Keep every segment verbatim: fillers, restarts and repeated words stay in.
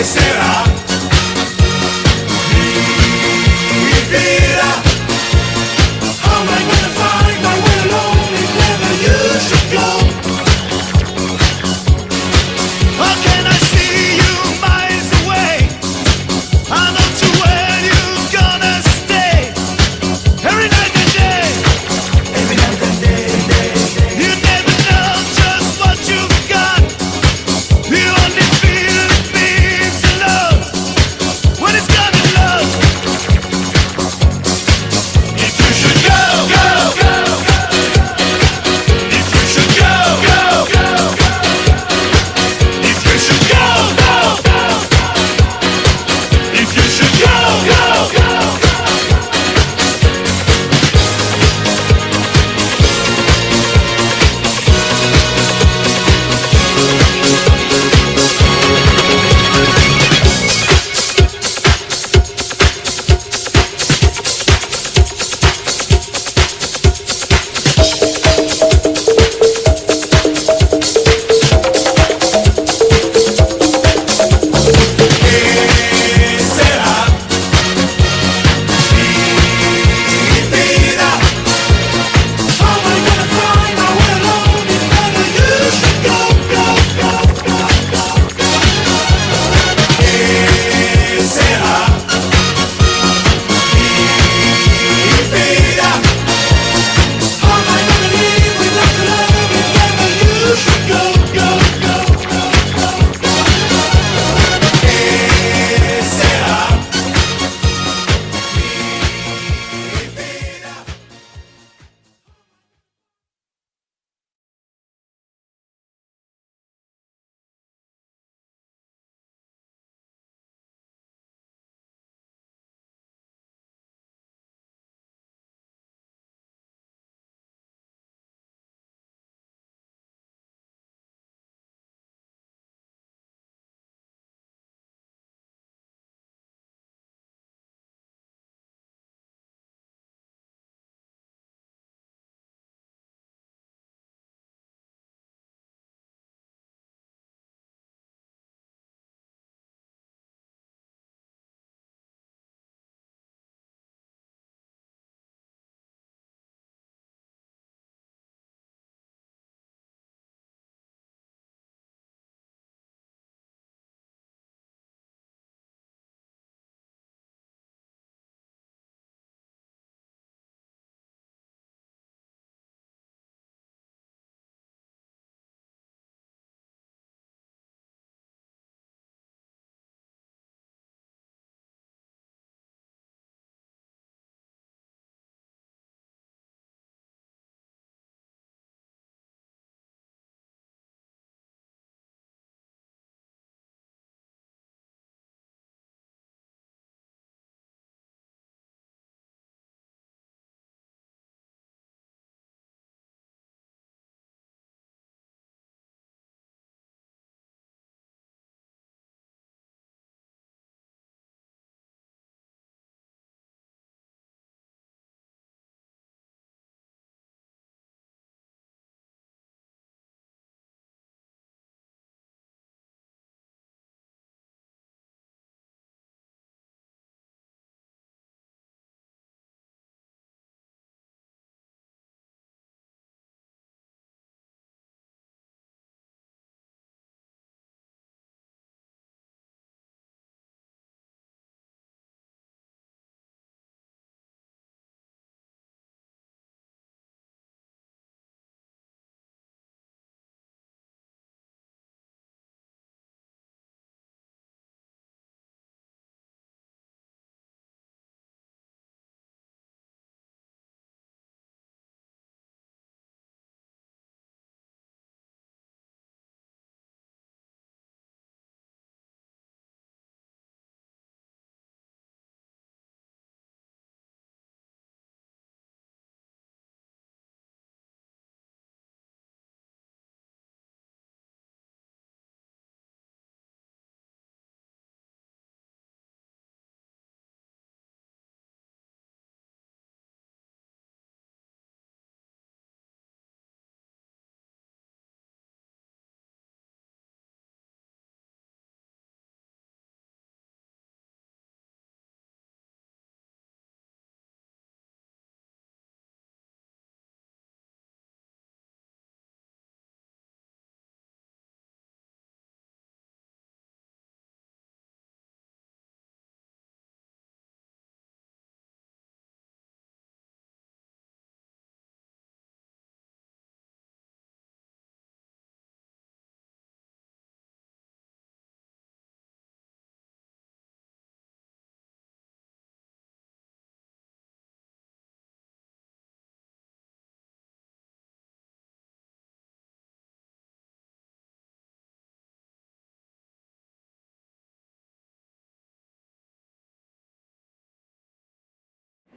será mi vida? How am I gonna find my way alone if never you should go? How can I see you miles away? I know too well you're gonna stay every night and day, every night and day, day, day. You never know just what you've got. You only feel it means to love.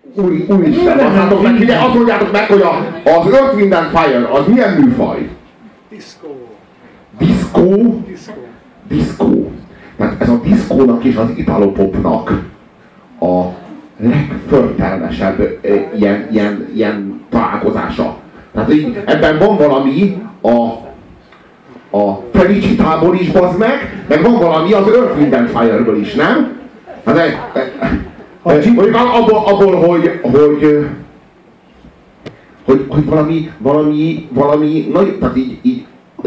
Új, úristen, mondjátok meg, ugye, azt mondjátok meg, hogy a, az Earth, Wind and Fire az milyen műfaj? Diszkó. Diszkó? Diszkó. Diszkó. Tehát ez a diszkónak és az italopopnak a legförtelmesebb e, ilyen, ilyen, ilyen találkozása. Tehát így, ebben van valami a, a Felicitable is, bazd meg, meg van valami az Earth, Wind and Fire-ből is, nem? Hát, e, e, e, hogy abból, abból hogy, hogy, hogy, hogy valami, valami, valami, nagy, tehát így, így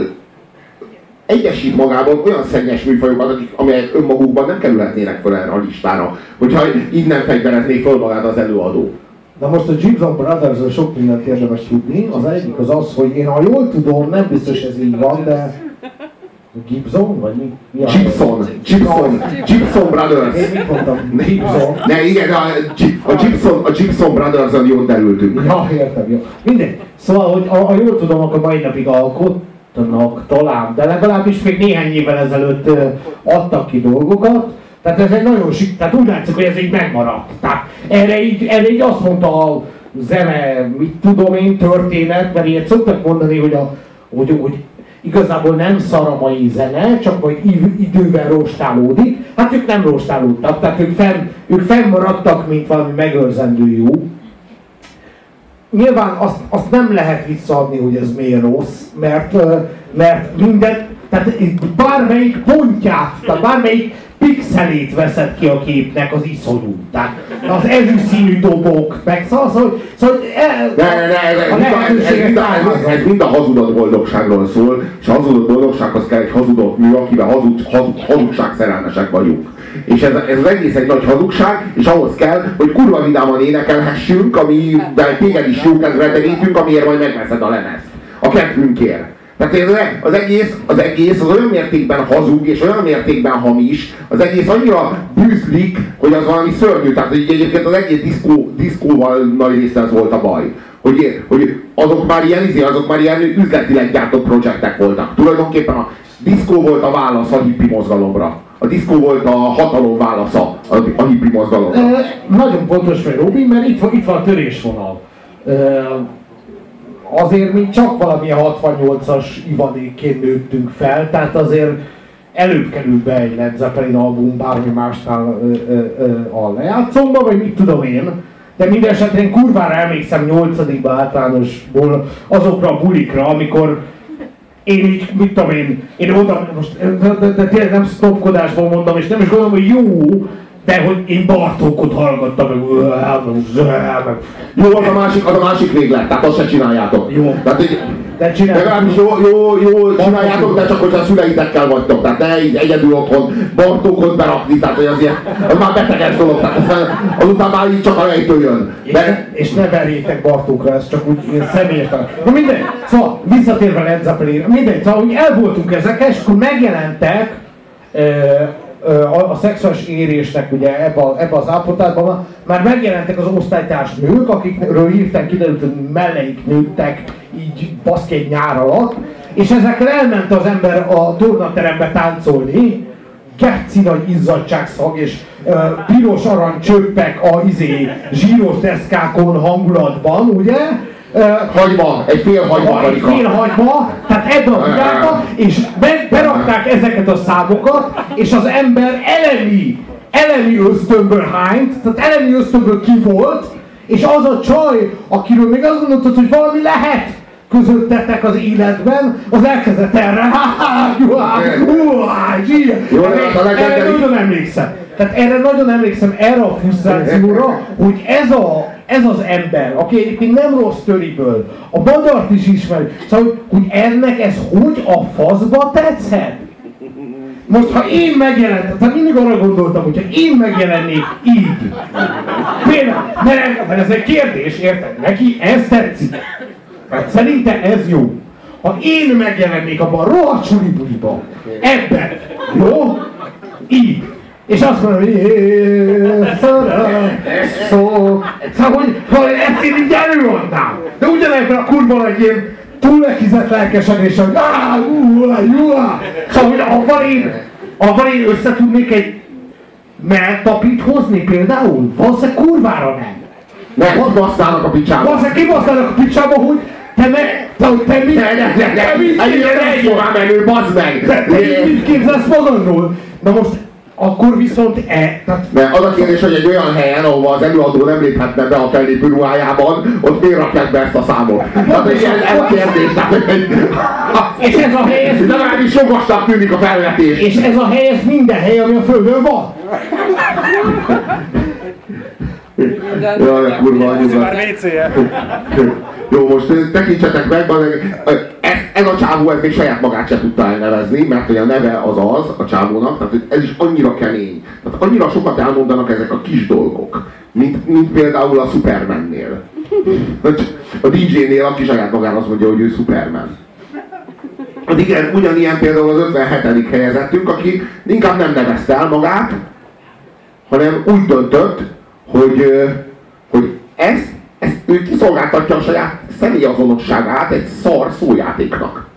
egyesít magában olyan szennyes műfajokat, akik, amelyek önmagukban nem kerülhetnének fel erre a listára, hogyha így nem fegyvereznék föl magát az előadó. Na most a Gibson Brothers-ről sok mindent érdemes tudni. Az egyik az az, hogy én ha jól tudom, nem biztos ez így van, de Gibson? Vagy mi? mi a Gibson, Gibson, Gibson Brothers. Én mit mondtam? Gibson. Ne, igen, a, a, Gibson, a Gibson Brothers-on jól derültünk. Ja, értem, jó. Mindegy. Szóval, hogy ha, ha jól tudom, akkor mai napig alkotnak talán, de legalábbis még néhány évvel ezelőtt uh, adtak ki dolgokat. Tehát ez egy nagyon sik, tehát úgy látszik, hogy ez így megmaradt. Tehát erre így, erre így azt mondta a zene, mit tudom én, történet, mert ilyet szoktak mondani, hogy, a, hogy, hogy igazából nem szar a mai zene, csak majd idővel rostálódik. Hát ők nem rostálódtak, tehát ők, fenn, ők fennmaradtak, mint valami megőrzendő jó. Nyilván azt, azt nem lehet visszaadni, hogy ez miért rossz, mert, mert minden, tehát bármelyik pontját, tehát bármelyik pixelét veszed ki a képnek, az iszonyú. Tehát az ezüstszínű dobok, meg szóval, szóval, szóval el, ne, ne, ne, a ez, ez, mind a, ez, ez mind a hazudott boldogságról szól, és a hazudott boldogsághoz kell egy hazudott mű, akiben hazud, hazud, hazugság szerelmesek vagyunk. És ez, ez az egész egy nagy hazugság, és ahhoz kell, hogy kurva vidáman énekelhessünk, amivel téged is jókedvre tegítünk, amiért majd megveszed a lemezt. A kedvünkért. Tehát ez az egész, az egész az olyan mértékben hazug és olyan mértékben hamis, az egész annyira bűzlik, hogy az valami szörnyű. Tehát hogy egyébként az egész diszkó, diszkóval nagy része az volt a baj. Hogy, hogy azok már ilyen, azok már ilyen üzletileg gyártott projektek voltak. Tulajdonképpen a diszkó volt a válasz a hippi mozgalomra. A diszkó volt a hatalom válasza a, a hippi mozgalomra. E, nagyon pontos vagy, Robi, mert itt van, itt van a törésvonal. E, azért mi csak valamilyen hatvannyolcas ivadékként nőttünk fel, tehát azért előbb került be egy Led Zeppelin album bármi másnál ö, ö, ö, a lejátszómba, vagy mit tudom én. De minden esetre én kurvára emlékszem nyolcadikba általánosból azokra a bulikra, amikor én így, mit tudom én, én oda, most, de, de, de tényleg nem sztopkodásból mondom, és nem is gondolom, hogy jó, de hogy én Bartókot hallgattam, meg, meg jó, az a másik, az a másik véglet, tehát azt se csináljátok. Jó. Tehát, hogy de csináljátok. Legalábbis jó, jó, jó csináljátok, de csak hogyha a szüleitekkel vagytok. Tehát ne így egyedül otthon Bartókot berakni, tehát hogy az, ilyen, az már beteges dolog, tehát aztán, azután már így csak a rejtő jön. De... És, és ne verjétek Bartókra, ez csak úgy személyesen. De mindegy, szóval visszatérve Led Zeppelin, mindegy, szóval úgy el voltunk ezekkel, és akkor megjelentek A, a szexuális érésnek ugye ebbe, a, ebbe az állapotában már megjelentek az osztálytárs nők, akikről hirtelen kiderült, hogy melleik nőttek így baszki egy nyár alatt, és ezekkel elment az ember a tornaterembe táncolni, geci nagy izzadságszag és uh, piros arany csöppek a izé zsíros deszkákon hangulatban, ugye? Uh, hagyma, egy fél hagyma. Egy fél hagyma, tehát ebbe a világba, és be, berakták ezeket a számokat, és az ember elemi, elemi ösztönből hányt, tehát elemi ösztönből ki volt, és az a csaj, akiről még azt gondoltad, hogy valami lehet közöttetek az életben, az elkezdett erre, ha-ha, erre nagyon emlékszem. Tehát erre nagyon emlékszem, erre a frusztrációra, hogy ez, a, ez az ember, aki egyébként nem rossz töriből, a magyart is ismeri, szóval, hogy ennek ez hogy a faszba tetszett? Most, ha én megjelentem, tehát mindig arra gondoltam, hogyha én megjelennék így, például, mert, mert ez egy kérdés, érted? Neki ez tetszik. Hát szerintem ez jó. Ha én megjelennék abban a rohadt sulibuliban, ebben, jó? Így. És azt mondom, hogy szó, szóval, hogy, hogy ezt én így előadnám. De ugyanebben a kurva egy ilyen túlekizett lelkesedés, hogy áh, úh, jó, szóval, hogy abban én, abban én összetudnék egy melltapit hozni például? Valószínűleg kurvára nem. Ne, kibasznának a picsába. Bazzeg, kibasznának a picsába, hogy te meg, te, hogy te mit, Ne, ne, ne, ne, te mit ennyire nem fogám menő, bazd meg! Te, te mit képzelsz magadról? Na most, akkor viszont e... Tehát, Mert az a kérdés, hogy egy olyan helyen, ahol az előadó nem léphetne be a fellépő ruhájában, ott miért rakják be ezt a számot? Tehát ez ez kérdés. és ez a hely, ez De legalábbis jogosnak tűnik a felvetés. és ez a hely, ez minden hely, ami a Földön van. Jaj, a kurva anyukat. Már vécéje. Jó, most tekintsetek meg, ez, ez a csávó ez még saját magát se tudta elnevezni, mert hogy a neve az az a csávónak, tehát ez is annyira kemény. Tehát annyira sokat elmondanak ezek a kis dolgok, mint, mint például a Supermannél. A dé jénél, aki saját magára azt mondja, hogy ő Superman. Hát igen, ugyanilyen például az ötvenhetedik helyezettünk, aki inkább nem nevezte el magát, hanem úgy döntött, hogy, hogy ezt, ezt ő kiszolgáltatja a saját személyazonosságát egy szar szójátéknak.